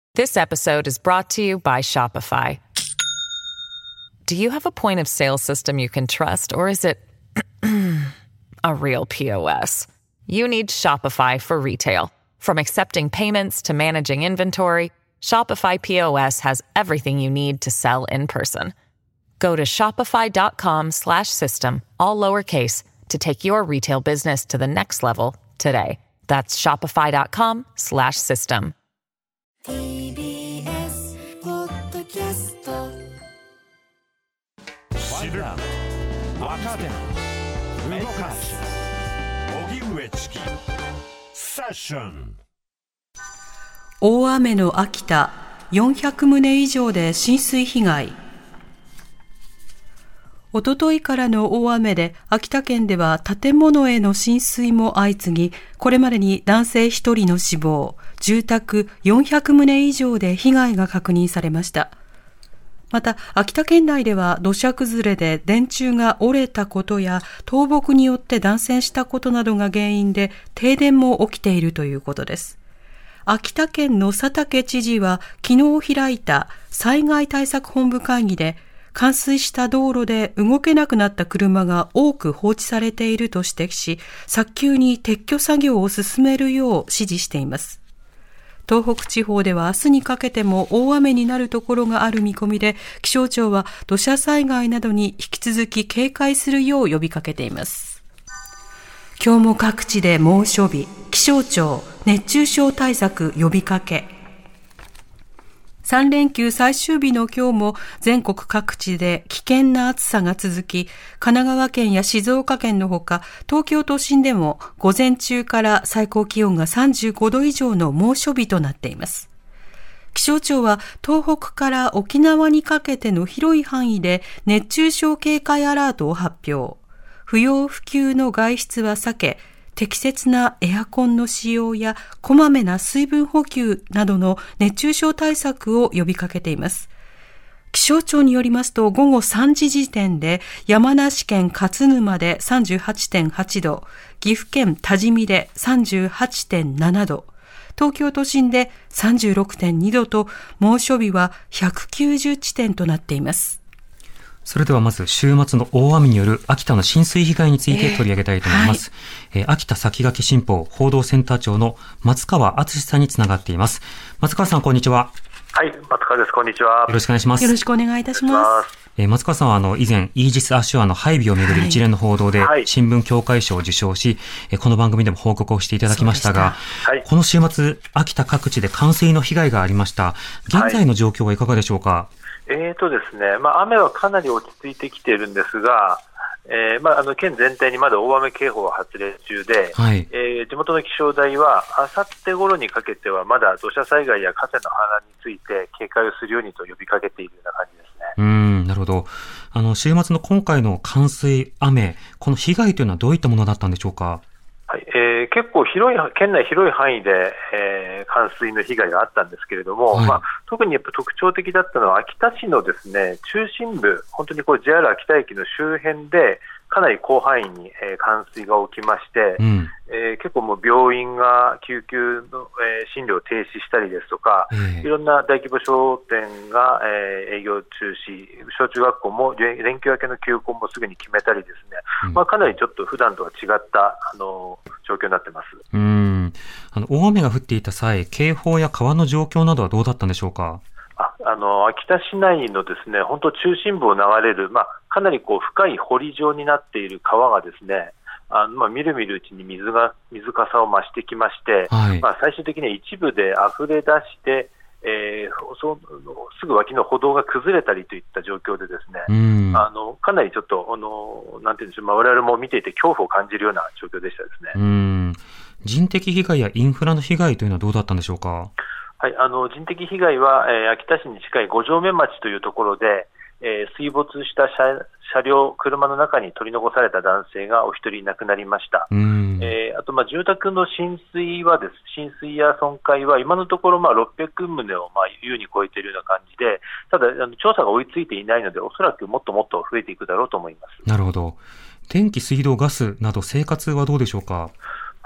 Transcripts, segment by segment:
This episode is brought to you by Shopify. Do you have a point of sale system you can trust, or is it a real POS? You need Shopify for retail. From accepting payments to managing inventory, Shopify POS has everything you need to sell in person. Go to shopify.com/system, all lowercase, to take your retail business to the next level today. That's shopify.com/system. TBS ポッドキャスト知る若手動かす荻上チキセッション。 大雨の秋田、400棟以上で浸水被害。おとといからの大雨で秋田県では建物への浸水も相次ぎ、これまでに男性1人の死亡、住宅400棟以上で被害が確認されました。また、秋田県内では土砂崩れで電柱が折れたことや倒木によって断線したことなどが原因で停電も起きているということです。秋田県の佐竹知事は昨日開いた災害対策本部会議で、冠水した道路で動けなくなった車が多く放置されていると指摘し、早急に撤去作業を進めるよう指示しています。東北地方では明日にかけても大雨になるところがある見込みで、気象庁は土砂災害などに引き続き警戒するよう呼びかけています。今日も各地で猛暑日、気象庁熱中症対策呼びかけ。3連休最終日の今日も全国各地で危険な暑さが続き、神奈川県や静岡県のほか、東京都心でも午前中から最高気温が35度以上の猛暑日となっています。気象庁は東北から沖縄にかけての広い範囲で熱中症警戒アラートを発表。不要不急の外出は避け、適切なエアコンの使用やこまめな水分補給などの熱中症対策を呼びかけています。気象庁によりますと、午後3時時点で山梨県勝沼で 38.8 度、岐阜県多治見で 38.7 度、東京都心で 36.2 度と猛暑日は190地点となっています。 それではまず週末の大雨による秋田の浸水被害について取り上げたいと思います。秋田先駆け新報報道センター長の松川敦さんにつながっています。松川さん、こんにちは。 はい、松川です。こんにちは。 よろしくお願いします。 よろしくお願いいたします。 松川さんは以前イージス・アショアの配備をめぐる一連の報道で新聞協会賞を受賞し、この番組でも報告をしていただきましたが、この週末秋田各地で冠水の被害がありました。現在の状況はいかがでしょうか？ ですね、雨はかなり落ち着いてきているんですが、県全体にまだ大雨警報は発令中で、地元の気象台はあさって頃にかけてはまだ土砂災害や河川の氾濫について警戒をするようにと呼びかけているような感じですね。 なるほど。週末の今回の冠水雨、この被害というのはどういったものだったんでしょうか？ 結構県内広い範囲で、冠水の被害があったんですけれども、特にやっぱ特徴的だったのは秋田市のですね、中心部、本当にJR 秋田駅の周辺でかなり広範囲に、冠水が起きまして、結構もう病院が救急の、診療を停止したりですとか、いろんな大規模商店が、営業中止、小中学校も連休明けの休校もすぐに決めたりですね、かなりちょっと普段とは違った状況になってます。 大雨が降っていた際、警報や川の状況などはどうだったんでしょうか？ 秋田市内のですね、本当中心部を流れる、かなり深い堀状になっている川がですね、みるみるうちに水かさを増してきまして、最終的には一部で溢れ出して、すぐ脇の歩道が崩れたりといった状況でですね、かなりちょっとなんていうんでしょう、我々も見ていて恐怖を感じるような状況でしたですね。 人的被害やインフラの被害というのはどうだったんでしょうか？ 人的被害は、秋田市に近い五城目町というところで、水没した車両、車の中に取り残された男性がお一人亡くなりました。あと住宅の浸水や損壊は今のところ600棟を優に超えているような感じで、ただ調査が追いついていないので、おそらくもっともっと増えていくだろうと思います。 なるほど。電気、水道、ガスなど生活はどうでしょうか？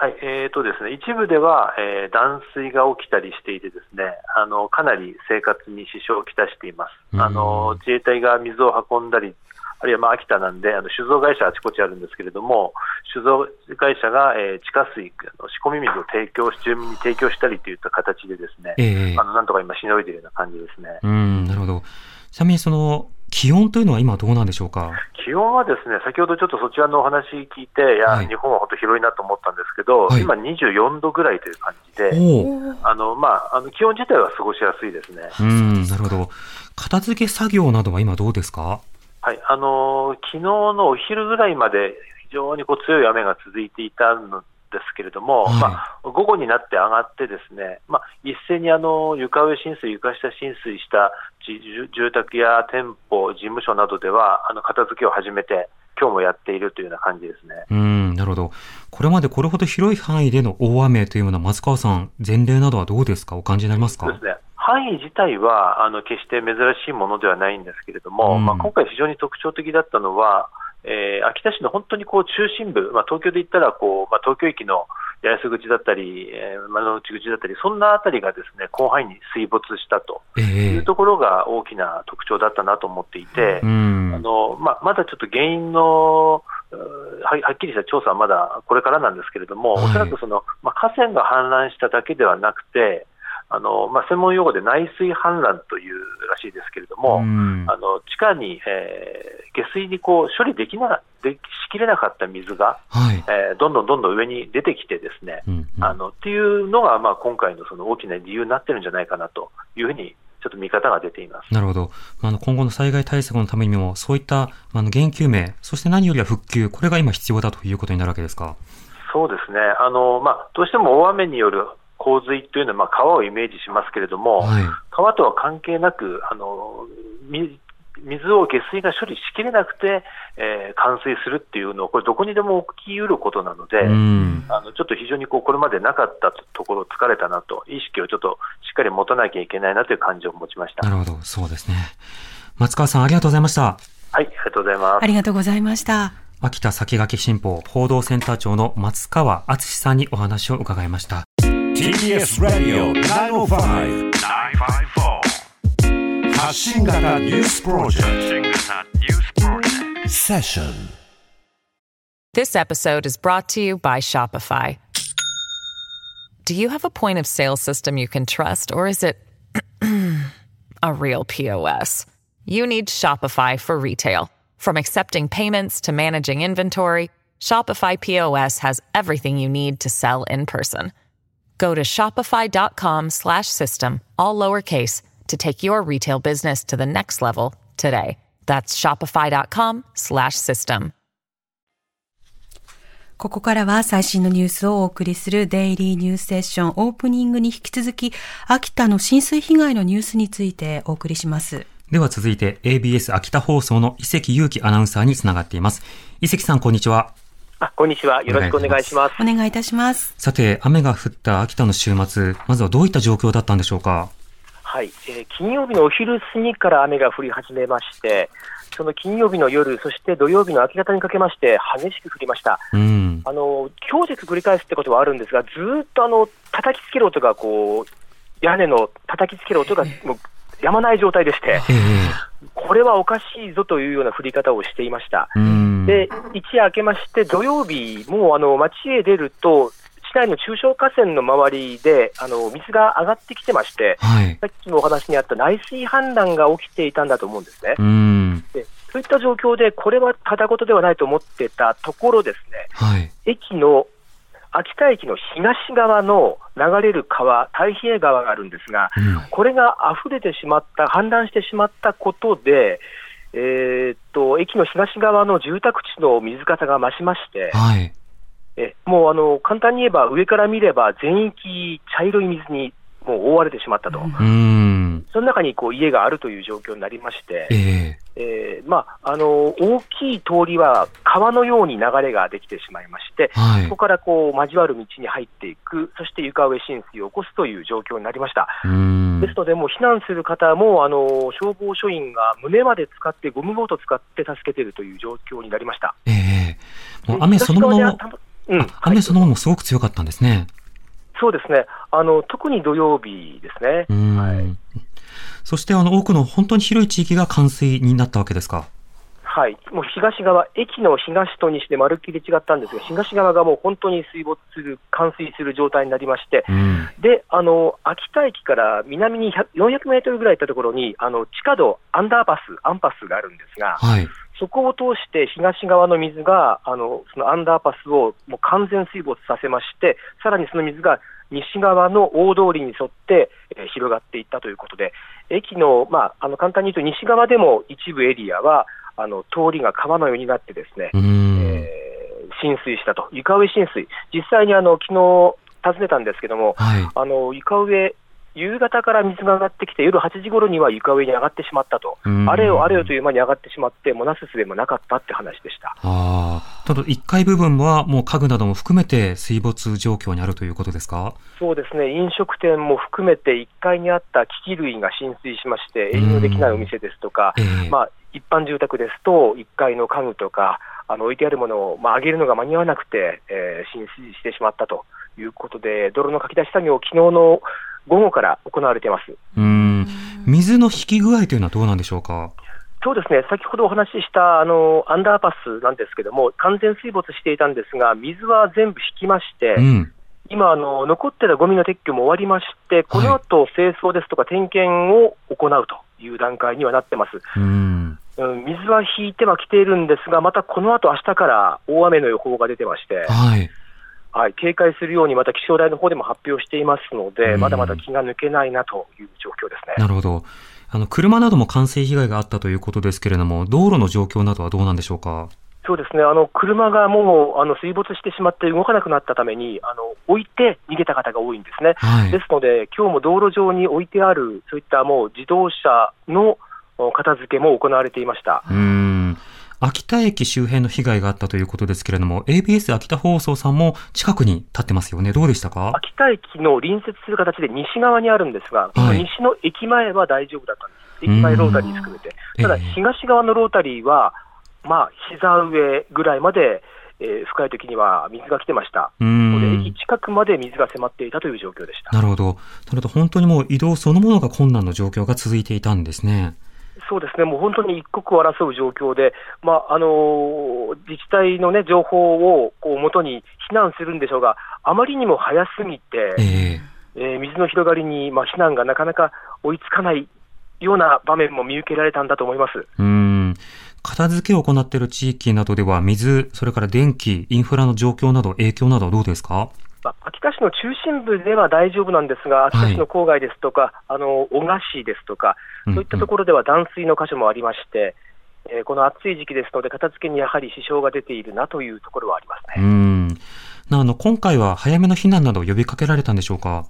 はい、ですね、一部では、断水が起きたりしていてですね、かなり生活に支障をきたしています。自衛隊が水を運んだり、あるいは秋田なんで酒造会社あちこちあるんですけれども、酒造会社が、地下水仕込み水を住民に提供したりといった形でですね、なんとか今しのいでいるような感じですね。 なるほど。ちなみにその気温というのは今どうなんでしょうか。 気温はですね、先ほどちょっとそちらのお話聞いて、日本は本当広いなと思ったんですけど、今24度ぐらいという感じで、気温自体は過ごしやすいですね。 なるほど。片付け作業などは今どうですか。 はい、昨日のお昼ぐらいまで非常に強い雨が続いていたのですけれども、午後になって上がってですね、一斉に床上浸水、床下浸水した住宅や店舗、事務所などでは片付けを始めて、今日もやっているというような感じですね。 なるほど。これまでこれほど広い範囲での大雨というような、松川さん、前例などはどうですか、お感じになりますか。 そうですね、範囲自体は決して珍しいものではないんですけれども、今回非常に特徴的だったのは、秋田市の本当に中心部、東京で言ったら東京駅の八重洲口だったり、丸の内口だったり、そんなあたりがですね、広範囲に水没したというところが大きな特徴だったなと思っていて、まだちょっと原因のはっきりした調査はまだこれからなんですけれども、おそらく河川が氾濫しただけではなくて、専門用語で内水氾濫というらしいですけれども、地下に、下水に処理しきれなかった水が、どんどん上に出てきてですね、っていうのが、今回のその大きな理由になってるんじゃないかなというふうにちょっと見方が出ています。 なるほど。今後の災害対策のためにもそういった原因究明、そして何よりは復旧、これが今必要だということになるわけですか。 そうですね。どうしても大雨による洪水というのは川をイメージしますけれども、川とは関係なく水を下水が処理しきれなくて、冠水するっていうのをこれどこにでも起きうることなので、ちょっと非常にこれまでなかったところ疲れたなと、意識をちょっとしっかり持たなきゃいけないなという感じを持ちました。 なるほど、そうですね。松川さん、ありがとうございました。 はい、ありがとうございます。 ありがとうございました。 秋田先駆け新報報道センター長の松川敦さんにお話を伺いました。 TBS Radio 905-954発信型ニュースプロジェクトセッション。 This episode is brought to you by Shopify. Do you have a point of sale system you can trust, or is it a real POS? You need Shopify for retail. From accepting payments to managing inventory, Shopify POS has everything you need to sell in person.Go to shopify.com/system, all lowercase, to take your retail business to the next level today. That's shopify.com/system. ここからは最新のニュースをお送りするデイリーニュースセッション。オープニングに引き続き、秋田の浸水被害のニュースについてお送りします。 では続いて ABS 秋田放送の伊関裕樹アナウンサーにつながっています。伊関さん、こんにちは。 こんにちは。よろしくお願いします。 お願いいたします。 さて、雨が降った秋田の週末、まずはどういった状況だったんでしょうか。 はい、金曜日のお昼過ぎから雨が降り始めまして、その金曜日の夜、そして土曜日の明け方にかけまして激しく降りました。強弱繰り返すってことはあるんですが、ずっと叩きつける音が屋根の叩きつける音がもうやまない状態でして、これはおかしいぞというような降り方をしていました。で、一夜明けまして土曜日も町へ出ると市内の中小河川の周りで水が上がってきてまして、さっきのお話にあった内水氾濫が起きていたんだと思うんですね。で、そういった状況でこれはただ事ではないと思ってたところですね、秋田駅の東側の流れる川、太平川があるんですが、これが溢れてしまった、氾濫してしまったことで、駅の東側の住宅地の水かさが増しまして、もう簡単に言えば上から見れば全域茶色い水にもう覆われてしまったと、その中に家があるという状況になりまして、大きい通りは川のように流れができてしまいまして、そこから交わる道に入っていく、そして床上浸水を起こすという状況になりました。ですので、もう避難する方も消防署員が胸まで使ってゴムボートを使って助けているという状況になりました。 もう雨そのもの雨そのものもすごく強かったんですね。 そうですね。特に土曜日ですね。はい。 そして多くの本当に広い地域が冠水になったわけですか。 はい。もう東側、駅の東と西でまるっきり違ったんですが、東側がもう本当に冠水する状態になりまして、で、秋田駅から南に400メートルぐらい行ったところに、地下道、アンパスがあるんですが、はい、そこを通して東側の水が、そのアンダーパスをもう完全水没させまして、さらにその水が西側の大通りに沿って、広がっていったということで、駅の、簡単に言うと西側でも一部エリアは、通りが川のようになってですね、浸水したと。床上浸水。実際に昨日訪ねたんですけども、はい、床上、夕方から水が上がってきて、夜8時頃には床上に上がってしまったと。あれよという間に上がってしまって、もうなすすべもなかったって話でした。 ただ1階部分はもう家具なども含めて水没状況にあるということですか？ そうですね。飲食店も含めて1階にあった機器類が浸水しまして、営業できないお店ですとか、一般住宅ですと1階の家具とか置いてあるものを、上げるのが間に合わなくて、浸水してしまったということで、泥のかき出し作業、昨日の午後から行われています。 水の引き具合というのはどうなんでしょうか？ そうですね。先ほどお話ししたアンダーパスなんですけども、完全水没していたんですが、水は全部引きまして、今残っているゴミの撤去も終わりまして、この後清掃ですとか点検を行うという段階にはなってます。水は引いてはきているんですが、またこの後明日から大雨の予報が出てまして、警戒するようにまた気象台の方でも発表していますので、まだまだ気が抜けないなという状況ですね。 なるほど。車なども冠水被害があったということですけれども、道路の状況などはどうなんでしょうか？ そうですね。車がもう水没してしまって動かなくなったために置いて逃げた方が多いんですね。ですので今日も道路上に置いてあるそういったもう自動車の片付けも行われていました。 秋田駅周辺の被害があったということですけれども、 ABS 秋田放送さんも近くに立ってますよね。どうでしたか？ 秋田駅の隣接する形で西側にあるんですが、西の駅前は大丈夫だったんです。駅前ロータリー含めて。ただ東側のロータリーは膝上ぐらいまで、深い時には水が来てました。駅近くまで水が迫っていたという状況でした。 なるほど。なると本当にもう移動そのものが困難な状況が続いていたんですね。 そうですね。もう本当に一刻を争う状況で、自治体の情報を元に避難するんでしょうが、あまりにも早すぎて、水の広がりに避難がなかなか追いつかないような場面も見受けられたんだと思います。 片付けを行っている地域などでは水、それから電気、インフラの状況など影響などはどうですか？ 秋田市の中心部では大丈夫なんですが、秋田市の郊外ですとか、男鹿市ですとか、そういったところでは断水の箇所もありまして、この暑い時期ですので、片付けにやはり支障が出ているなというところはありますね。 今回は早めの避難など呼びかけられたんでしょうか？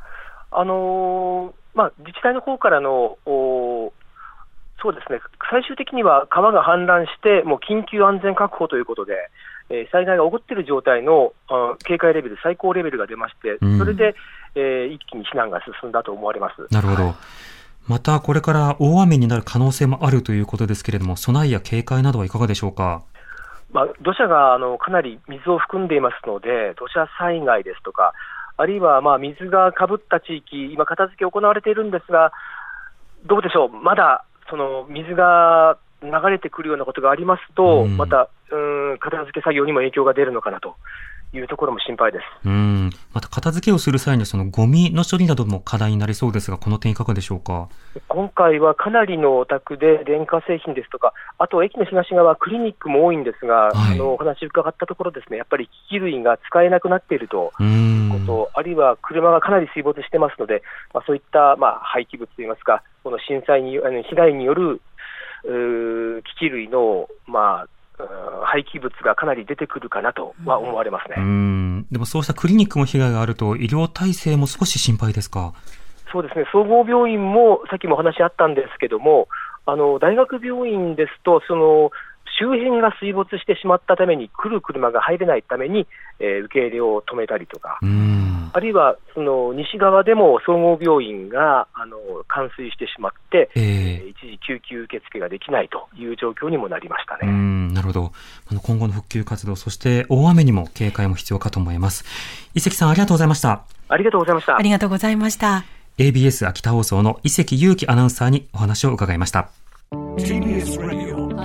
自治体の方からのそうですね、最終的には川が氾濫して、もう緊急安全確保ということで、災害が起こっている状態の警戒レベル、最高レベルが出まして、それで、一気に避難が進んだと思われます。 なるほど。またこれから大雨になる可能性もあるということですけれども、備えや警戒などはいかがでしょうか？ 土砂がかなり水を含んでいますので、土砂災害ですとか、あるいは水がかぶった地域、今片付け行われているんですが、どうでしょう、まだその水が流れてくるようなことがありますと、また片付け作業にも影響が出るのかなというところも心配です。 また片付けをする際にそのゴミの処理なども課題になりそうですが、この点いかがでしょうか？ 今回はかなりのお宅で電化製品ですとか、あと駅の東側クリニックも多いんですが、お話伺ったところですね、やっぱり機器類が使えなくなっているということ、あるいは車がかなり水没してますので、そういった廃棄物といいますか、この震災に被害による機器類の廃棄物がかなり出てくるかなとは思われますね。 でもそうしたクリニックも被害があると医療体制も少し心配ですか？ そうですね、総合病院もさっきもお話あったんですけども、大学病院ですとその周辺が水没してしまったために来る車が入れないために、受け入れを止めたりとか、あるいはその西側でも総合病院が冠水してしまって、一時救急受付ができないという状況にもなりましたね。 なるほど。今後の復旧活動、そして大雨にも警戒も必要かと思います。伊関さん、ありがとうございました。 ありがとうございました。 ありがとうございました。 ABS 秋田放送の伊関裕樹アナウンサーにお話を伺いました。 TBS ラジオ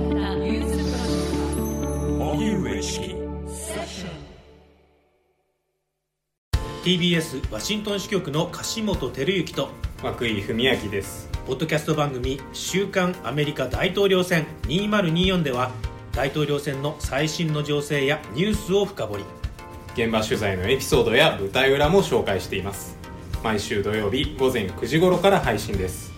荻上チキ TBS ワシントン支局の樫本照之と涌井文明です。 ポッドキャスト番組週刊アメリカ大統領選2024では大統領選の最新の情勢やニュースを深掘り、 現場取材のエピソードや舞台裏も紹介しています。毎週土曜日午前9時頃から配信です。